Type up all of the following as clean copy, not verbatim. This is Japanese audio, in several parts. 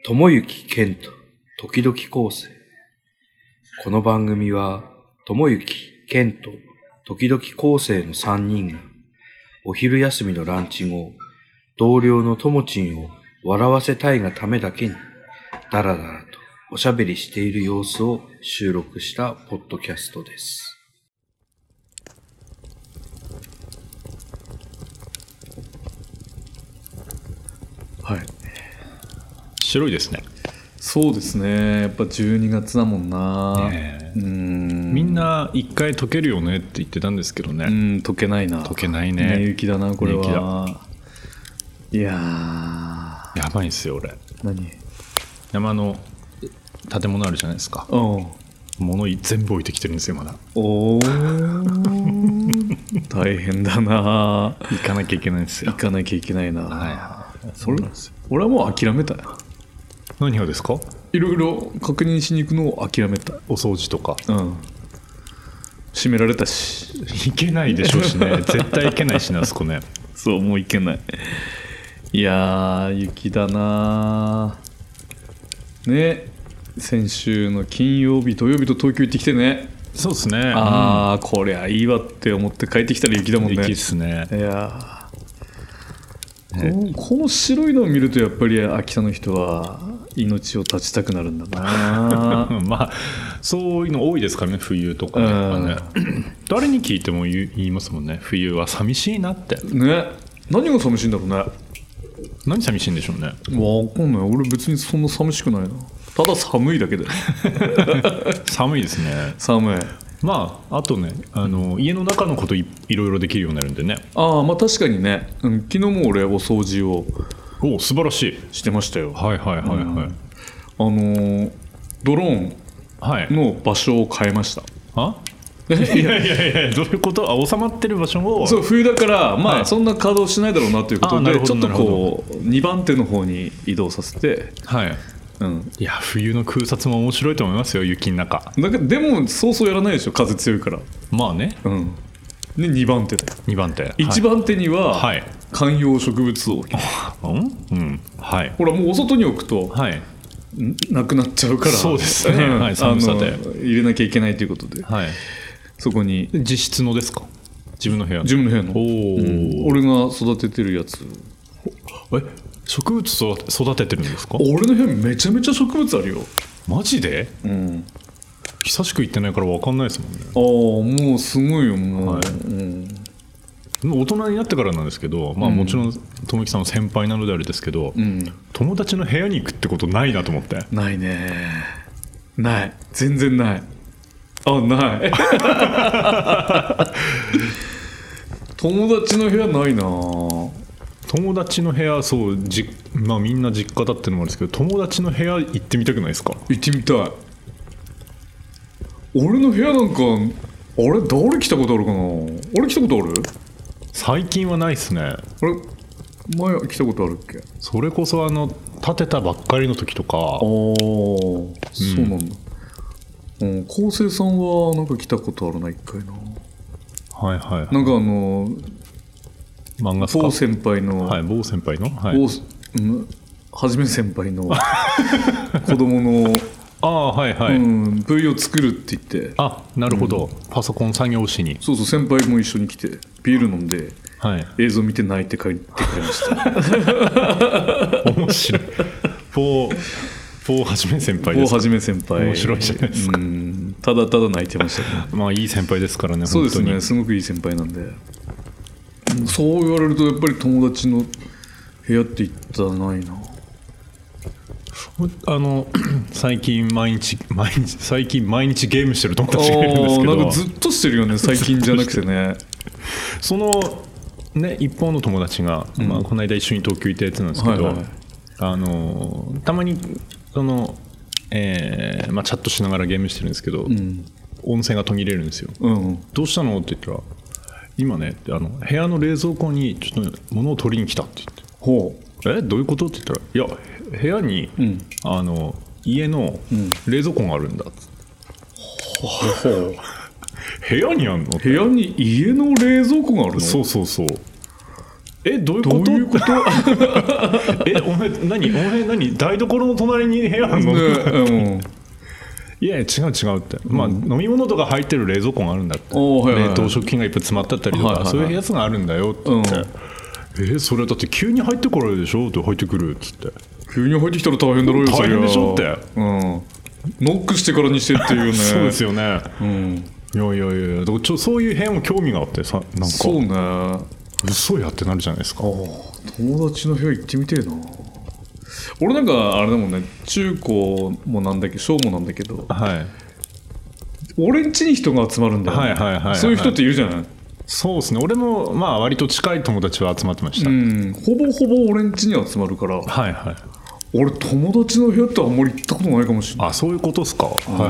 友幸健と時々構成。この番組は、友幸健と時々構成の3人が、お昼休みのランチ後、同僚のともちんを笑わせたいがためだけに、だらだらとおしゃべりしている様子を収録したポッドキャストです。 はい。 白いですね。 そうですね。やっぱ12月だもんな。 みんな一回溶けるよねって言ってたんですけどね。 溶けないな。 溶けないね。 雪だなこれは。いやー。 やばいんですよ俺。 何？ 山の建物あるじゃないですか。物全部置いてきてるんですよまだ。 おー大変だな。 行かなきゃいけないんですよ。 行かなきゃいけないな。 はい。そうなんですよ。 俺はもう諦めた。 何がですか？ いろいろ確認しに行くのを諦めた。 お掃除とか。 閉められたし。 行けないでしょうしね。絶対行けないしねあそこね。 そうもう行けない。いやー雪だなね。先週の金曜日土曜日と東京行ってきてね。 そうですね。 こりゃいいわって思って帰ってきたら雪だもんね。 雪ですね。 いやこの白いのを見るとやっぱり秋田の人は命を絶ちたくなるんだなまあそういうの多いですからね冬とかね、誰に聞いても言いますもんね。冬は寂しいなってね。何が寂しいんだろうね。 何寂しいんでしょうね。 わかんない。俺別にそんな寂しくないな。ただ寒いだけで寒いですね。 寒い。 まああとね家の中のこといろいろできるようになるんでね。 まあ確かにね、昨日も俺お掃除を素晴らしいしてましたよ。 はいはいはいはい、 ドローンの場所を変えました。 いやどういうこと？収まってる場所を。 そう冬だからそんな稼働しないだろうなということでちょっとこう2番手の方に移動させて。いや冬の空撮も面白いと思いますよ雪の中。 だけどでもそうそうやらないでしょ風強いから。 まあね。 で2番手で 2番手 1番手には観葉植物を置きます。ほらもうお外に置くとなくなっちゃうから。 そうですね。寒さで入れなきゃいけないということでそこに。 自室のですか？自分の部屋の。 自分の部屋の。俺が育ててるやつ。 植物育ててるんですか？ 俺の部屋めちゃめちゃ植物あるよ。 マジで？久しく行ってないから分かんないですもんね。 もうすごいよもう、 大人になってからなんですけど、もちろん友樹さんの先輩なのであれですけど、友達の部屋に行くってことないなと思って。 ないね。ない全然ない。ない友達の部屋ないな。 友達の部屋そうみんな実家だってのもあるんですけど友達の部屋行ってみたくないですか？ 行ってみたい。俺の部屋なんか誰来たことあるかな。俺来たことある？ 最近はないっすね。 前来たことあるっけ？ それこそ建てたばっかりの時とか。 そうなんだ。昴生さんはなんか来たことあるな一回な。なんか漫画某先輩の某先輩のはじめ先輩の子供の部位を作るって言って。 なるほど、パソコン作業しに。 そう先輩も一緒に来てビール飲んで、映像見て泣いて帰ってくれました面白い。某はじめ先輩ですか？ 某はじめ先輩面白いじゃないですか。 ただただ泣いてましたね。 いい先輩ですからね。 そうですね。すごくいい先輩なんで。そう言われるとやっぱり友達の部屋って言ったらないな。 最近毎日ゲームしてる友達がいるんですけど。 なんかずっとしてるよね最近じゃなくてね。 そのね一方の友達が、この間一緒に東京行ったやつなんですけど、たまにチャットしながらゲームしてるんですけど、音声が途切れるんですよ。どうしたのって言ったら今ね部屋の冷蔵庫にちょっと物を取りに来たって言って。どういうことって言ったらいや部屋に、家の冷蔵庫があるんだっつって。部屋にあんの？ 部屋に家の冷蔵庫があるの？ そうどういうこと？ どういうことお前何台所の隣に部屋あるの？ ね、 いや違うって、まあ、飲み物とか入ってる冷蔵庫があるんだって、冷凍食品がいっぱい詰まってたりとか、そういうやつがあるんだよって言って、それだって急に入ってこられるでしょって、入ってくるっつって、 急に入ってきたら大変だろうよ。 大変でしょって、 ノックしてからにしてっていうね。 そうですよね、いやだからそういう部屋も興味があってさ、なんかそうね、 嘘やってなるじゃないですか。 友達の部屋行ってみてえな。俺なんかあれだもんね、中高もなんだけど小もなんだけど、俺ん家に人が集まるんだよ、そういう人っているじゃない。 そうですね、俺もまあ割と近い友達は集まってました。 ほぼほぼ俺ん家に集まるから、俺友達の部屋ってあんまり行ったことないかもしれない。 あ、そういうことですか。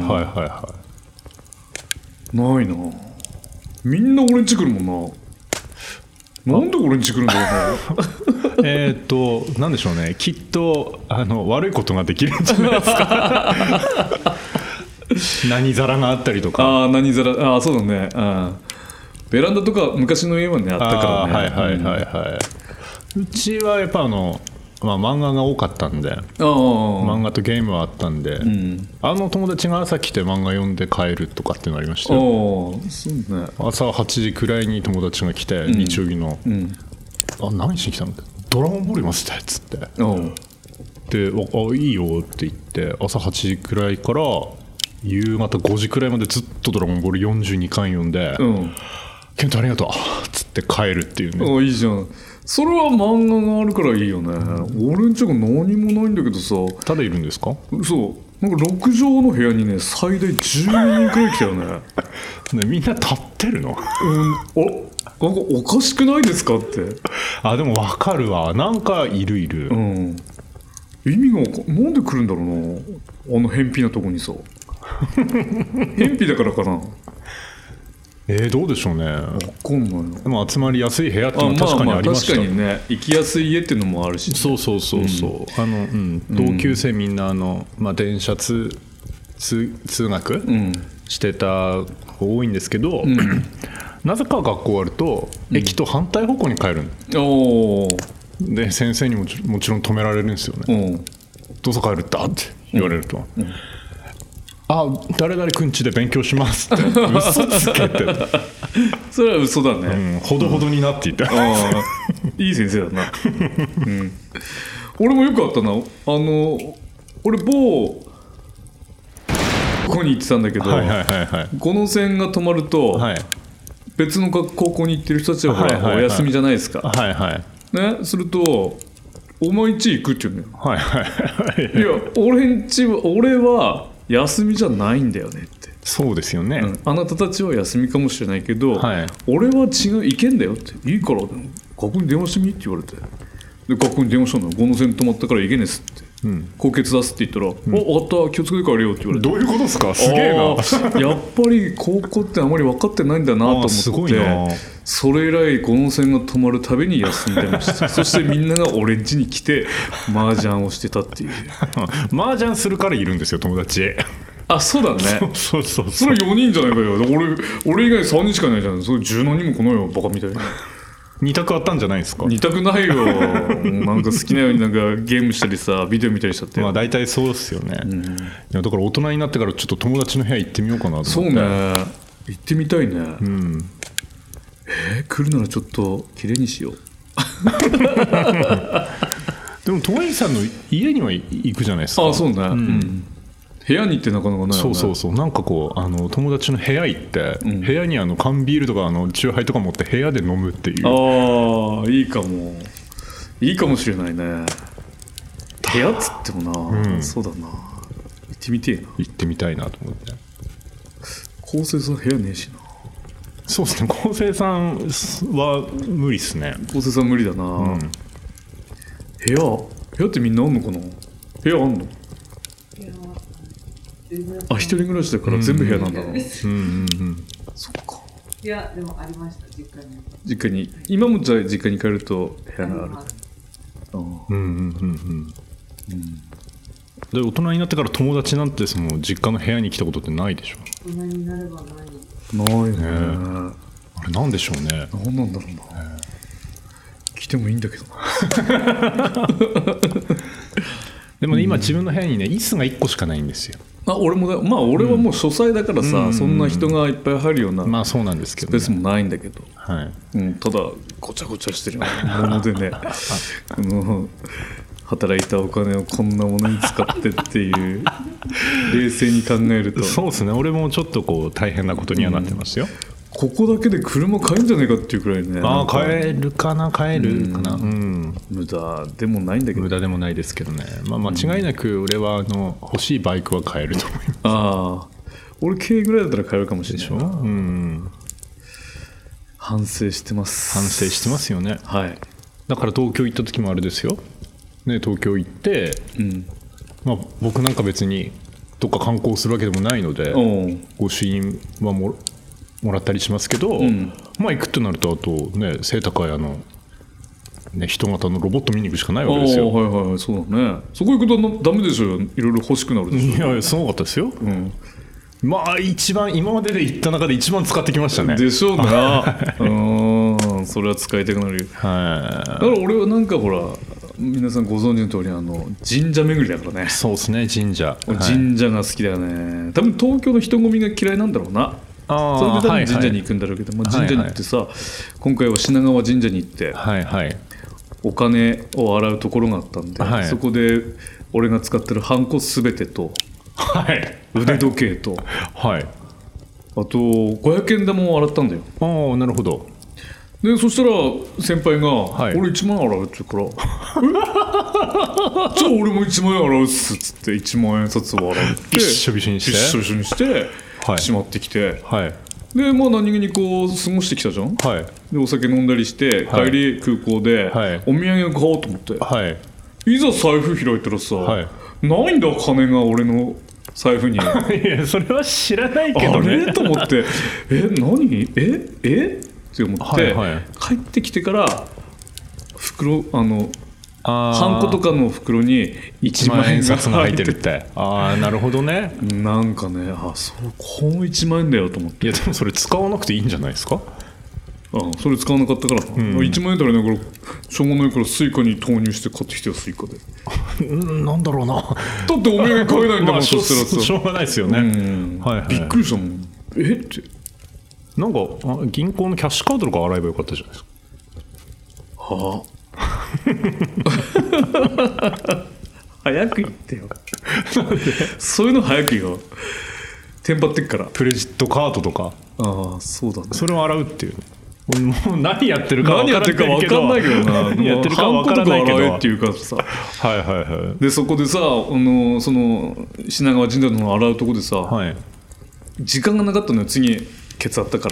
ないな。みんな俺ん家来るもんな。なんで俺ん家来るんだろうな。なんでしょうね、きっと悪いことができるんじゃないですか。何皿があったりとか。 何皿、そうだね。ベランダとか昔の家はねあったからね。 うちはやっぱ漫画が多かったんで、漫画とゲームはあったんで、友達が朝来て漫画読んで帰るとかっていうのありましたよ。朝8時くらいに友達が来て、日曜日の、何しに来たのって、ドラゴンボール見ましたっつって、でいいよって言って、朝8時くらいから夕方5時くらいまでずっとドラゴンボール42巻読んで、ケントありがとうっつって帰るっていうね。 いいじゃん。それは漫画があるからいいよね。俺んちが何もないんだけどさ。 ただいるんですか？ そう、なんか6畳の部屋にね最大10人くらい来たよね。 みんな立ってるの？ なんかおかしくないですかって。 でも分かるわ、なんかいる、 意味がなんで来るんだろうな、偏僻なとこにさ。偏僻だからかな。 どうでしょうね。 分かんないな。 でも集まりやすい部屋っていうのは確かにありました。 確かにね、行きやすい家っていうのもあるし、 そう、同級生みんな電車通学してた子多いんですけど、なぜか学校終わると駅と反対方向に帰るで、先生にもちろん止められるんですよね。どうぞ帰るって言われると、誰々くんちで勉強しますって嘘つけて。 それは嘘だね。 ほどほどになっていた。 いい先生だな。俺もよくあったな。俺某ここに行ってたんだけど、この線が止まると、別の高校に行ってる人たちはお休みじゃないですか。するとお前んち行くって言うのよ。いや、俺は休みじゃないんだよねって。 そうですよね、 あなたたちは休みかもしれないけど、俺は違う、行けんだよって。いいから学校に電話してみって言われて、で学校に電話したのよ。この線止まったから行けねえっすって、高血出すって言ったら、分かった、気をつけて帰れよって言われて。 どういうことですか？すげえな。 やっぱり高校ってあまり分かってないんだなと思って、 すごいな。 それ以来この線が止まるたびに休んでました。そしてみんなが俺ん家に来て麻雀をしてたっていう。 麻雀するからいるんですよ、友達。 そうだね。それ4人じゃないかよ。俺以外3人しかいないじゃん。それ10何人も来ないよ、バカみたいに。 2択あったんじゃないですか？ 2 択ないよ。なんか好きなようになんかゲームしたりさ、ビデオ見たりしちゃって。 大体そうですよね。いやだから大人になってからちょっと友達の部屋行ってみようかなと思って。 そうね、行ってみたいね。来るならちょっときれいにしよう。 でも友達さんの家には行くじゃないですか。 そうね、部屋に行ってなかなかないよね。 そうなんかこう友達の部屋行って、部屋に缶ビールとかチューハイとか持って部屋で飲むっていう。 いいかもしれないね。部屋っつってもな、そうだな、行ってみてえな。 行ってみたいなと思って。 昴生さん部屋ねえしな。 そうですね、昴生さんは無理っすね。 昴生さん無理だな、部屋ってみんなあんのかな。部屋あんの？一人暮らしだから全部部屋なんだな。そっか。 いやでもありました、 実家に。今もじゃあ実家に帰ると部屋がある。 で大人になってから友達なんてその実家の部屋に来たことってないでしょ。 大人になればない。 ないね。 あれなんでしょうね。 何なんだろうな。 来てもいいんだけどでもね、今自分の部屋にね椅子が1個しかないんですよ。 俺もだ、まあ俺はもう書斎だからさ、そんな人がいっぱい入るような、 まあそうなんですけど、 ね、スペースもないんだけど、 はい、 ただごちゃごちゃしてるものでね働いたお金をこんなものに使ってっていう冷静に考えるとそうですね、俺もちょっとこう大変なことにはなってますよ、 ここだけで車買えるんじゃないかっていうくらいね。 買えるかな、 無駄でもないんだけど、 無駄でもないですけどね、まあ、間違いなく俺は欲しいバイクは買えると思います。 俺軽ぐらいだったら買えるかもしれないでしょ、反省してます。 反省してますよね。 はい。 だから東京行った時もあれですよ、ね、東京行って、まあ、僕なんか別にどっか観光するわけでもないので御朱印はもらったりしますけど、まあ行くとなるとあとね清高屋の、ね、人型のロボット見に行くしかないわけですよ。 はいはい、そうだね。そこ行くとダメでしょ、いろいろ欲しくなるでしょ。 いやすごかったですよ、まあ一番今までで行った中で一番使ってきましたね。 でしょうなそれは使いたくなるよ。だから俺はなんかほら皆さんご存知の通り神社巡りだからね。 そうですね、神社が好きだよね。多分東京の人混みが嫌いなんだろうな。それで多分神社に行くんだろうけど、神社に行ってさ、今回は品川神社に行って、お金を洗うところがあったんで、そこで俺が使ってるハンコすべてと、腕時計と、あと500円玉を洗ったんだよ。 なるほど。 でそしたら先輩が、俺1万円洗うって言うからじゃあ俺も1万円洗うっすっつって1万円札を洗ってびっしょびしょにしてしまってきて、でまあ何気にこう過ごしてきたじゃん、でお酒飲んだりして帰り空港でお土産を買おうと思って、いざ財布開いたらさ、ないんだ金が俺の財布に。いやそれは知らないけどね。 あれと思って何って思って、帰ってきてから袋ハンコとかの袋に1万円札が入ってるって。 なるほどね。 なんかね、そうこの1万円だよと思って。 いやでもそれ使わなくていいんじゃないですか。 それ使わなかったから、1万円だからしょうがないからスイカに投入して買ってきてよ、スイカで。 なんだろうな。だってお土産買えないんだもん。そしたらさしょうがないですよね。 びっくりしたもん。ってなんか銀行のキャッシュカードとか洗えばよかったじゃないですか。早く言ってよ。そういうの早くよ。テンパってっから。 クレジットカードとか。 そうだね。 それを洗うっていう。もう何やってるか分かんないけどな。 やってるか分からないけど。 洗えっていうかさ。でそこでさ、その品川神社の洗うとこでさ、時間がなかったのよ。次ケツあったから。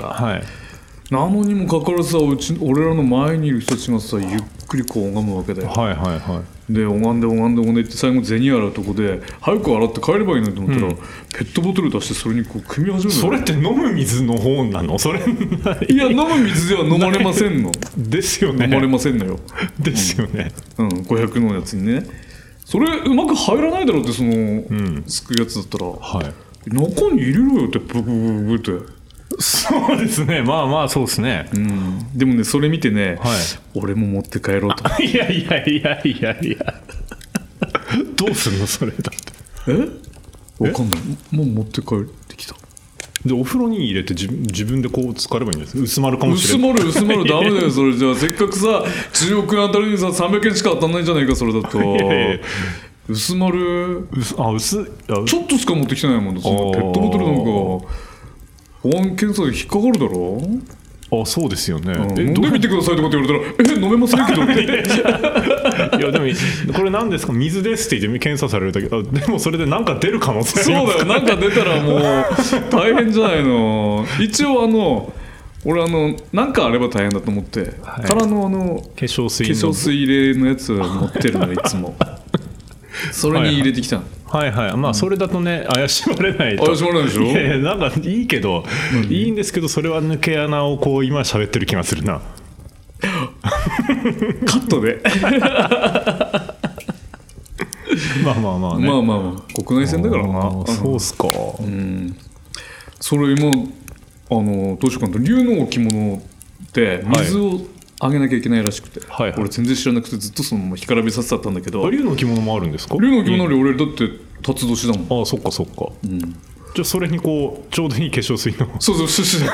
なのにもかかわらずさ、俺らの前にいる人たちがさ、ゆっくりこう拝むわけだよ。で拝んでって最後銭洗うとこで早く洗って帰ればいいのと思ったら、ペットボトル出してそれにこう汲み始める。 それって飲む水の方なの？それいや飲む水では飲まれませんの。 ですよね。 飲まれませんのよ。 ですよね。 500のやつにね。それうまく入らないだろうって、そのすくうやつだったら、中に入れろよってブクブクって。 そうですね。まあそうですね。 でもね、それ見てね、俺も持って帰ろうと。 いやどうすんのそれだって。 わかんない。もう持って帰ってきた。 でお風呂に入れて自分でこう浸かればいいんです。薄まるかもしれない。 薄まるダメだよそれじゃあ。せっかくさ10億円当たるにさ300円しか当たんないんじゃないかそれだと。薄まる。ちょっとしか持ってきてないもんだ。そのペットボトルなんか保安検査で引っかかるだろ。 そうですよね。 飲んでみてくださいとかって言われたら飲めませんけどって。 いやでもこれ何ですか、水ですって言って検査されるだけでもそれで何か出る可能性ありますか。 そうだよ、なんか出たらもう大変じゃないの。一応俺なんかあれば大変だと思って空の化粧水入れのやつを持ってるのいつも。それに入れてきたの。 まあそれだとね怪しまれないと。 怪しまれないでしょ。 いやなんかいいけど、いいんですけど、それは抜け穴をこう今喋ってる気がするな。 カットで。 まあね。 国内線だからな。 そうっすか。 それ今どうしようかなと。竜の置物って水をあげなきゃいけないらしくて、 はいはい、 俺全然知らなくてずっとそのまま干からびさせてあったんだけど。 竜の着物もあるんですか？ 竜の着物より俺だって辰年だもん。 ああそっかそっか、うん、じゃあそれにこうちょうどいい化粧水のそうそうシュッシュ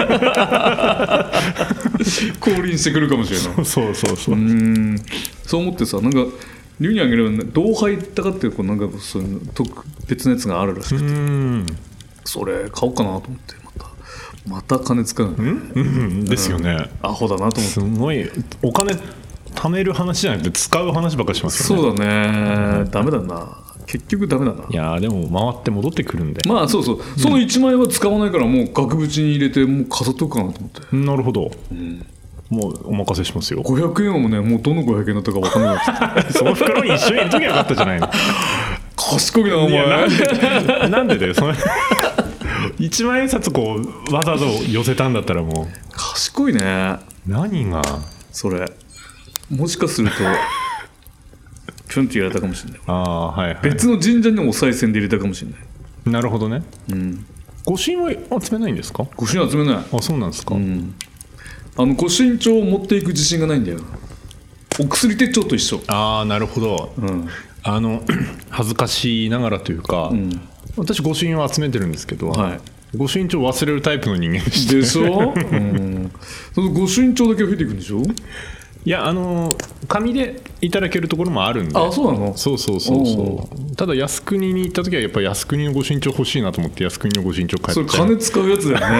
降臨してくるかもしれない。 そうそう思ってさ、なんか竜にあげれば、ね、同杯だかっていうなんかそういう別のやつがあるらしくて、それ買おうかなと思って、また金使う、 ですよね、 アホだなと思って。 すごいお金貯める話じゃなくて使う話ばっかりしますよね。 そうだね、ダメだな、結局ダメだな。 いやでも回って戻ってくるんで、 まあそうそう、その1枚は使わないからもう額縁に入れてもう飾っとくかなと思って。 なるほど、もうお任せしますよ。 500円もね、もうどの500円だったか分かんなかったその袋に一緒に入れときゃよかったじゃないの。 賢いなお前。 なんでだよそれ1万円札こうわざわざ寄せたんだったらもう賢いね。 何がそれもしかするとピョンってやられたかもしれない。 はいはい、 別の神社にお賽銭で入れたかもしれない。 なるほどね、御朱印は集めないんですか？ 御朱印集めない。 あ、そうなんですか、 御朱印帳を持っていく自信がないんだよ。お薬手帳と一緒。 なるほど、恥ずかしいながらというか、私御朱印を集めてるんですけど、御朱印帳忘れるタイプの人間でしてでしょその御朱印帳だけ増えていくんでしょ。 いや紙でいただけるところもあるんで。 あ、そうなの。 そうただ靖国に行った時はやっぱり靖国の御朱印帳欲しいなと思って靖国の御朱印帳買っちゃう。 それ金使うやつだよ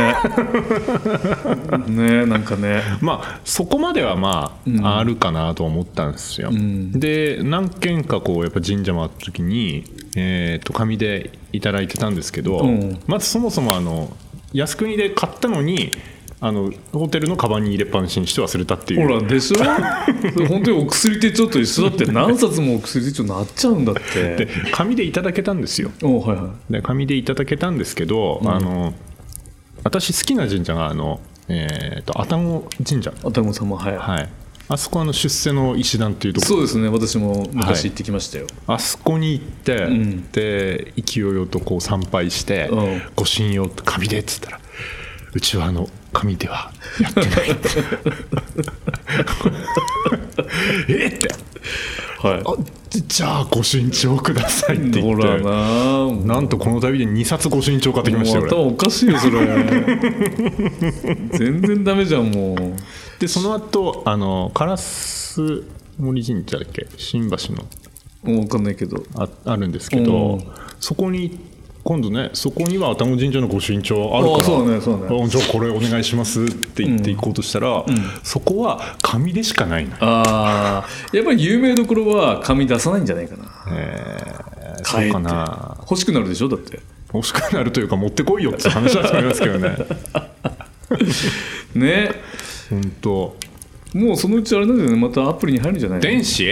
ねね、なんかね、 まあそこまではまあ、あるかなと思ったんですよ、で何軒かこうやっぱ神社回った時に紙でいただいてたんですけど、まずそもそも靖国で買ったのにホテルのカバンに入れっぱなしにして忘れたっていう。 ほらでしょ本当にお薬手帳と一緒だって。何冊もお薬手帳になっちゃうんだって。 で紙でいただけたんですよ。で紙でいただけたんですけど、私好きな神社が愛宕神社。 愛宕様、はい、 あそこ出世の石段っていうところ。 そうですね、私も昔行ってきましたよ、 あそこに行って、で勢いよとこう参拝して、ご神用紙でっつったら、うちは紙ではやってないって、じゃあ御朱印帳くださいって言って、なんとこの度で2冊御朱印帳買ってきましたよ。 頭おかしいよそれ全然ダメじゃんもう。 でその後烏森神社だっけ、新橋の分かんないけど あるんですけど、そこに今度ね、そこには愛宕神社の御朱印帳あるから、 そうね、 じゃあこれお願いしますって言って行こうとしたら、そこは紙でしかないの。 やっぱり有名どころは紙出さないんじゃないかな。 そうかな。 欲しくなるでしょ。だって欲しくなるというか持ってこいよって話だと思いますけどねね、 本当もうそのうちあれなんだよね、またアプリに入るんじゃないの。 電子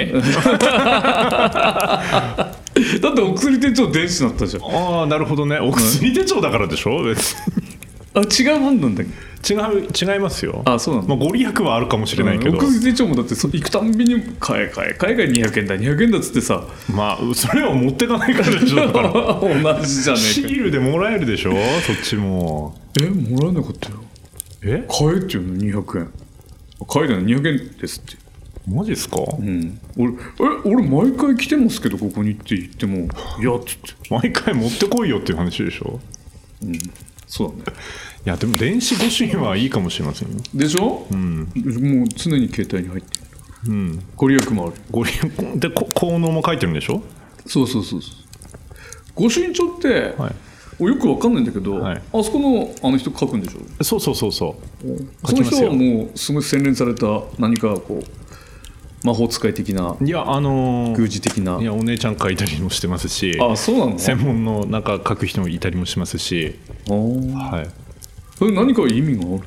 だってお薬手帳電子になったじゃん。 なるほどね。お薬手帳だからでしょ、別に。違うもんなんだっけ。 違いますよ。 そうなの。 ご利益はあるかもしれないけど、 お薬手帳もだって行くたんびに買え200円だ200円だっつってさ、 それを持ってかないからでしょ。だから同じじゃねえか。 シールでもらえるでしょ、そっちも。 もらえなかったよ。買えっていうの200円。買えないの200円ですって。 マジっすか。 俺毎回来てますけどここにって言っても、いやっつって、 毎回持ってこいよっていう話でしょ。 そうだね。 いやでも電子御朱印はいいかもしれませんよ。 でしょ。もう常に携帯に入ってる。ご利益もある。 ご利益で効能も書いてるんでしょ。 そう御朱印帳って、よくわかんないんだけど、あそこの人書くんでしょ。 そうその人はもうすごい洗練された何かこう魔法使い的な、宮司的な、 お姉ちゃん書いたりもしてますし、 そうなの。 専門の書く人もいたりもしますし、 それ何か意味がある。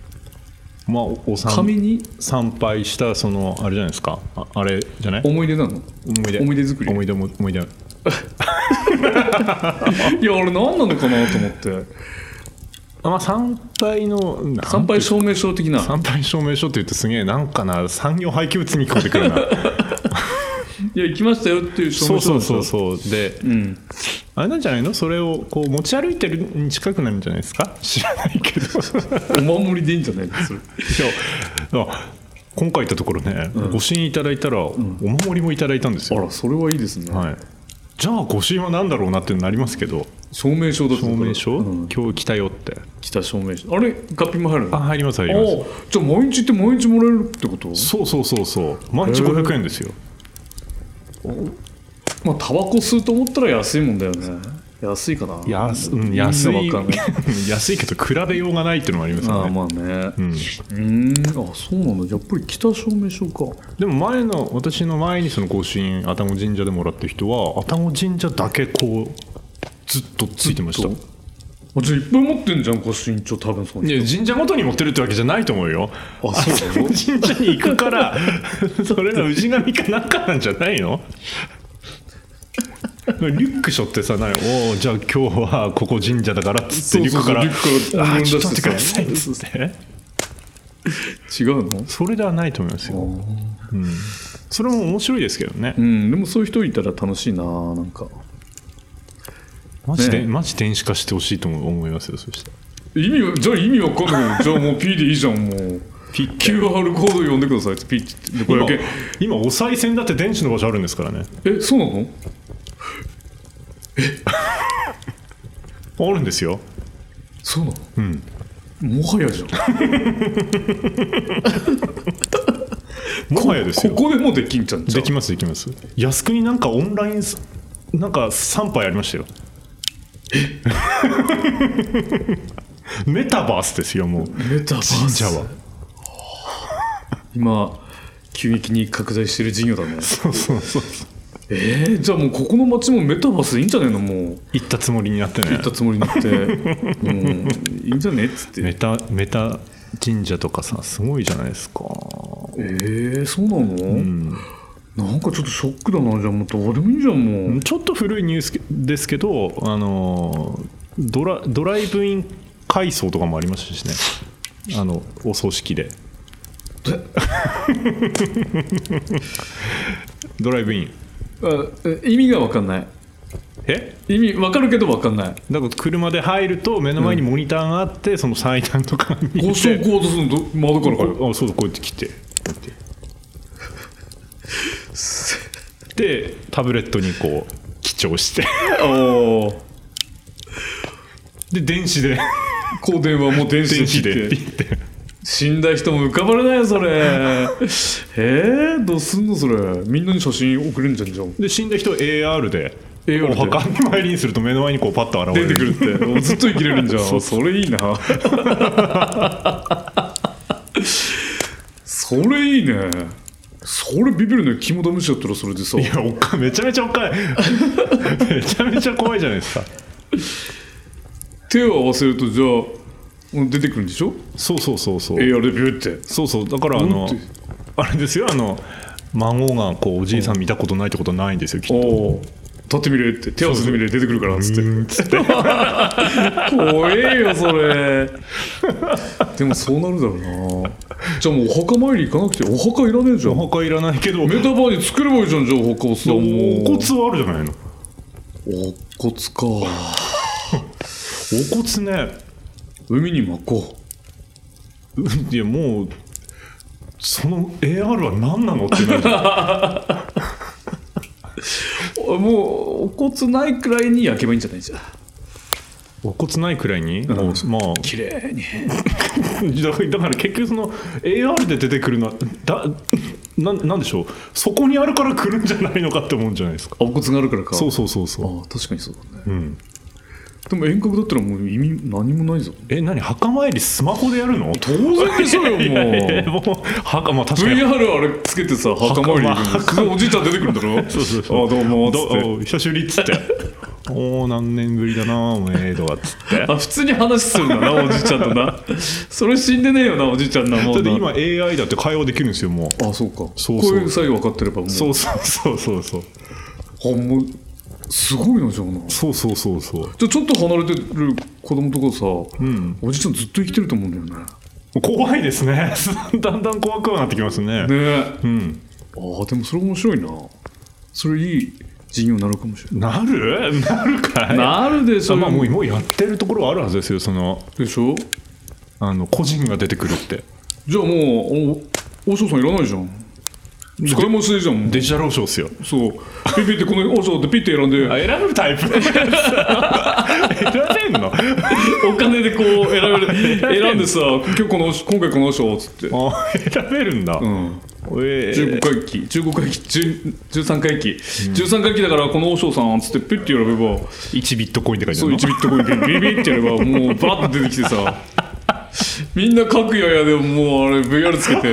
紙に参拝したあれじゃないですか。あれじゃない。 思い出なの。思い出作り。 思い出いや俺何なのかなと思って。 参拝証明書的な。 参拝証明書って言うとすげえなんかな、産業廃棄物に聞こえてくるな。 いや行きましたよっていう証明書。 そうで、あれなんじゃないの。それをこう持ち歩いてるに近くなるんじゃないですか。知らないけどお守りでいいんじゃないですか。 今回行ったところね、御朱印いただいたら、お守りもいただいたんですよ。 あら、それはいいですね。 はい、じゃあ御朱印は何だろうなってなりますけど、 証明書だと。 証明書、今日来たよって。 来た証明書。あれ、ガッピンも入るの？ あ、入ります入ります。 じゃあ毎日行って毎日もらえるってこと？ そうそうそうそう。毎日500円ですよ。 まあタバコ吸うと思ったら安いもんだよね。安いかな。 安い安いけど比べようがないっていうのもありますよね。 まあね。あ、そうなんだ。やっぱり来た証明書か。 でも私の前にその御朱印愛宕神社でもらった人は愛宕神社だけこうずっとついてました。 じゃあいっぱい持ってんじゃん、御朱印帳。多分そう。 いや、神社ごとに持ってるってわけじゃないと思うよ。 あ、そうなの？ 神社に行くからそれが氏神かなんかなんじゃないの？リュック背負ってさ、じゃあ今日はここ神社だからっつってリュックからちょっと待ってくださいっつって違うの？それではないと思いますよ。それも面白いですけどね。 でもそういう人いたら楽しいな。なんかマジ電子化してほしいと思いますよ。そしたら意味わかんない。じゃあもう P でいいじゃん。もう QR コード読んでくださいって P ってこれだけ。 今お賽銭だって電子の場所あるんですからね。 そうなの？ あるんですよ。 そうなの？もはやじゃん。もはやですよ。ここでもできんじゃん。 できますできます。靖国なんかオンラインなんか参拝ありましたよ。メタバースですよ。もうメタバース神社は今急激に拡大してる事業だね。 そうじゃあもうここの町もメタバースいいんじゃないの？もう行ったつもりになってね。 行ったつもりになっていいんじゃねっつって。 メタ神社とかさ、すごいじゃないですか。 そうなの？なんかちょっとショックだな。じゃあもうどうでもいいじゃん。もうちょっと古いニュースですけど、ドライブイン改装とかもありましたしね。お葬式でドライブイン意味が分かんない。意味分かるけど分かんない。 だから車で入ると目の前にモニターがあって、その祭壇とか見てご証拠を出すの窓からそうこうやって来てでタブレットにこう記帳してで電子で電話も電子でピッて死んだ人も浮かばれないよそれ。どうすんのそれ。みんなに写真送れんじゃん。じゃんで死んだ人 AR でお墓に参りにすると目の前にこうパッと現れる、 出てくるってずっと生きれるんじゃん。それいいな。それいいね。それビビるね。肝試しだったらそれでさ。 いやめちゃめちゃおっかいめちゃめちゃ怖いじゃないですか。 手を合わせるとじゃあ出てくるんでしょ。 そう AR でビューって。 そうだからあれですよ。孫がこうおじいさん見たことないってことはないんですよきっと。 立ってみれって手合わせてみれ出てくるからっつって怖えよそれ。でもそうなるだろうな。じゃあもうお墓参り行かなくて。お墓いらねえじゃん。 お墓いらないけどメタバーに作ればいいじゃん。じゃあお墓をさ。 お骨はあるじゃないの。 お骨か。お骨ね。 海に巻こう。いやもうその AR は何なのってなるじゃん。 もうお骨ないくらいに焼けばいいんじゃないじゃん。 お骨ないくらいに、まあ綺麗にだから結局その AR で出てくるのはなんでしょう。そこにあるから来るんじゃないのかって思うんじゃないですか。 お骨があるからか。 そう確かにそうだね。でも遠隔だったらもう意味何もないぞ。 何墓参りスマホでやるの？ 当然でしょよ。もう墓、まあ確かに VR あれつけてさ墓参り行くの。おじいちゃん出てくるんだろ。そうどうもっつって久しぶりっつって何年ぶりだなおめえとかっつって普通に話するんだなおじいちゃんとな。それ死んでねえよなおじいちゃんな。もうだって今 AI だって会話できるんですよもう。 そうか。こういう作業分かってればもう。そうもうすごいな。じゃあな。 そうじゃあちょっと離れてる子供とかさ、おじいちゃんずっと生きてると思うんだよね。 怖いですね。だんだん怖くはなってきますね。 でもそれ面白いな。それいい事業になるかもしれない。なるかい。 なるでしょ。 もうやってるところはあるはずですよ。 でしょ。 個人が出てくるって。 じゃあもう和尚さんいらないじゃん。使い回しじゃん。 デジタル和尚っすよ。 そう。ピッてこの和尚ってピッて選んで。 選ぶタイプ選べんのお金でこう選んでさ、今回この和尚っつって。 選べるんだ。 15回忌、13回忌、13回忌だからこの和尚さんっつってピッて選べば 1ビットコインって書いてあるの。 そう、1ビットコインでビビってやればもうバーッと出てきてさ、みんな各ややでもうあれ VR つけて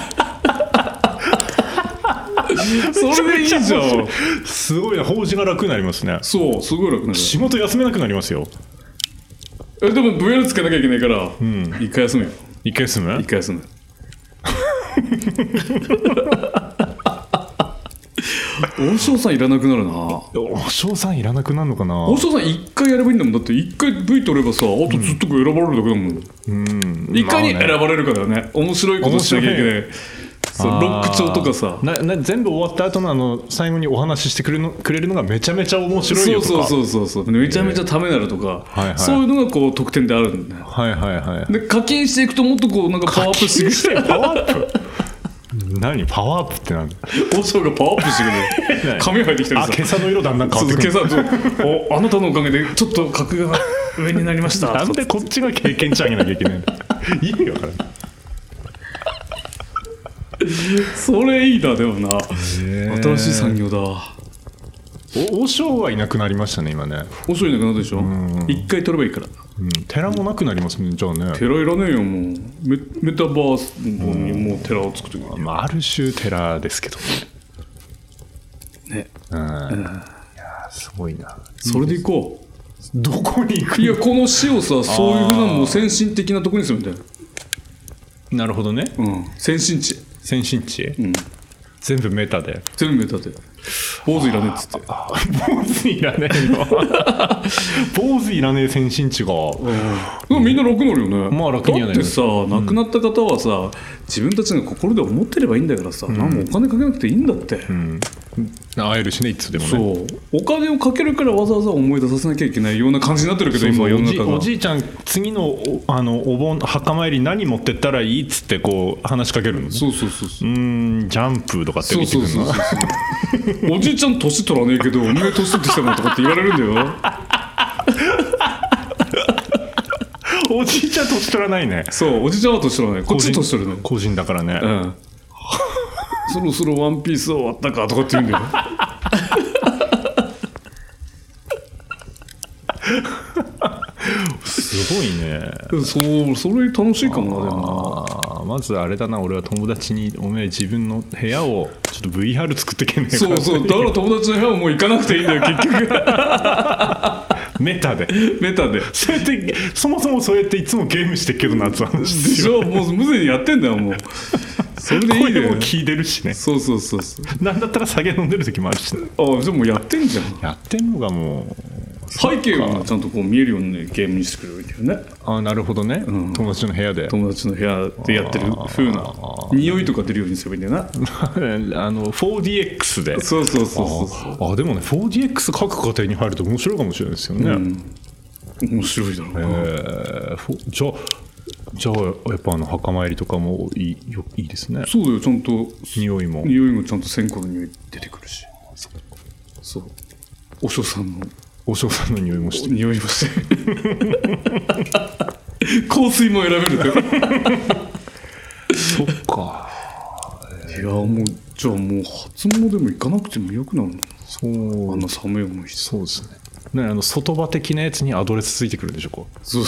それでいいじゃん。 すごいな、法事が楽になりますね。 そう、すごい楽になる。 仕事休めなくなりますよ。 でも VR つけなきゃいけないから、一回休むよ。 一回休む。 和尚さんいらなくなるな。 和尚さんいらなくなるのかな。 和尚さん一回やればいいんだもん。だって一回 V 取ればさ、あとずっと選ばれるだけだもん。いかに選ばれるかだよね。面白いことしなきゃいけない。ロック調とかさ、 全部終わった後の最後にお話ししてくれるのがめちゃめちゃ面白いよとか、 そうめちゃめちゃためになるとか、そういうのがこう得点であるんだよ。で課金していくともっとこうなんかパワーアップしてくる。 パワーアップ何パワーアップってなんだ。 和尚がパワーアップしてくる。髪が入ってきたりさ、 今朝の色だんだん変わってくる。 あなたのおかげでちょっと格が上になりました。 なんでこっちが経験値上げなきゃいけないの。いいよ。 それいいな。でもな、新しい産業だ。 和尚はいなくなりましたね今ね。 和尚いなくなったでしょ。一回取ればいいから。 寺もなくなりますね。じゃあね、 寺いらねえよ。もうメタバースにもう寺を作ってくる。 ある種寺ですけどね。いやすごいな。 それで行こう。 どこに行く。 いや、この市をさ、そういうふうなもう先進的なとこにするんだよ。 なるほどね。 先進地。 全部メタで。 坊主いらねえっつって。 坊主いらねえの。坊主いらねえ先進地が。 みんな楽になるよね。 まあ楽にはなる。 だってさ、亡くなった方はさ、自分たちが心で思ってればいいんだからさ、何もお金かけなくていいんだって。 会えるしね、いつでもね。 そう、お金をかけるからわざわざ思い出させなきゃいけないような感じになってるけど、今世の中が。 おじいちゃん次のお盆墓参り何持ってったらいいっつってこう話しかけるの。 そうジャンプとかって言ってくるの。おじいちゃん年取らねえけどお前年取ってきたなとかって言われるんだよ。 おじいちゃん年取らないね。 そう、おじいちゃんは年取らない。こっち年取るね。 個人だからね。 そろそろワンピース終わったかとかって言うんだよ。 すごいね。 それ楽しいかもな。でもな、まずあれだな、俺は友達にお前自分の部屋をちょっと VR 作ってけんねえか。 そうだから友達の部屋はもう行かなくていいんだよ結局。 メタでそうやってそもそもそうやっていつもゲームしてっけどなって話ですよ。 もう無理にやってんだよもう。それでいいね。 声も聞いてるしね。 そうなんだったら酒飲んでる時もあるし、ね、 じゃあもうやってんじゃん。 やってんのがもう背景がちゃんとこう見えるように、ね、ゲームにしてくれるんだよね。 なるほどね、友達の部屋でやってる風な匂いとか出るようにすればいいんだよな。 4DX で。 そうでもね 4DX 各家庭に入ると面白いかもしれないですよね。 面白いだろうな。 じゃあやっぱ墓参りとかもいいですね。 そうだよ、ちゃんと匂いもちゃんと線香の匂い出てくるし。そうお尚さんの匂いもして香水も選べるって。 そっか。 いやもうじゃあもう初詣も行かなくてもよくなるの。 そう、 あんな寒い思いして。 そうですね。外場的なやつにアドレスついてくるでしょ。こうそう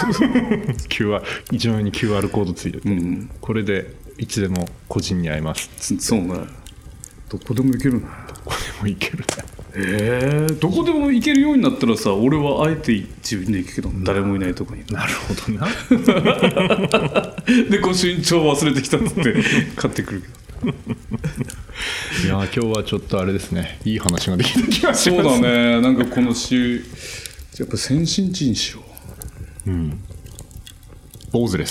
一番に QR コードついてる、これでいつでも個人に会えます。 そうね。どこでも行けるね。どこでも行けるようになったらさ、俺はあえて自分で行くけど誰もいないとこに。 なるほどな。 で御朱印帳忘れてきたっつって買ってくるけど。 いや今日はちょっとあれですね、いい話ができた気がします。 そうだね。なんかこの週やっぱ先進地にしよう。 坊主です。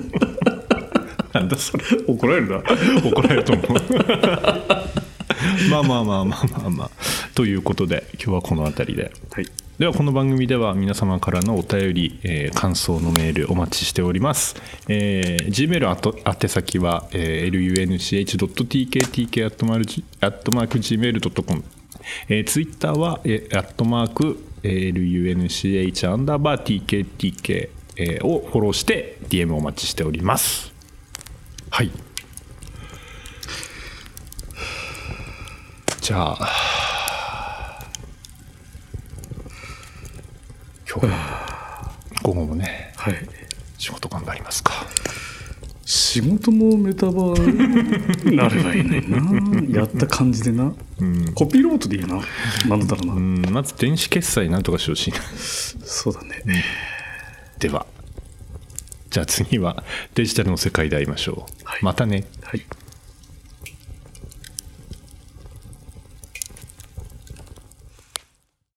なんだそれ。 怒られるな。 怒られると思う。 まあということで今日はこの辺りで、 はい、 ではこの番組では皆様からのお便り、感想のメールお待ちしております。Gmail 宛先は、lunch.tkTK@gmail.com、Twitter は、@lunch_TKTK、をフォローして DM お待ちしております。はい。じゃあ今日は午後もね、 はい、 仕事頑張りますか。 仕事もメタバなればいいのになやった感じでな、コピーロートでいいな、なんだろうな、 まず電子決済なんとかしてほしいな。 そうだね、 ではじゃあ次はデジタルの世界で会いましょう、はい、またね。 はい。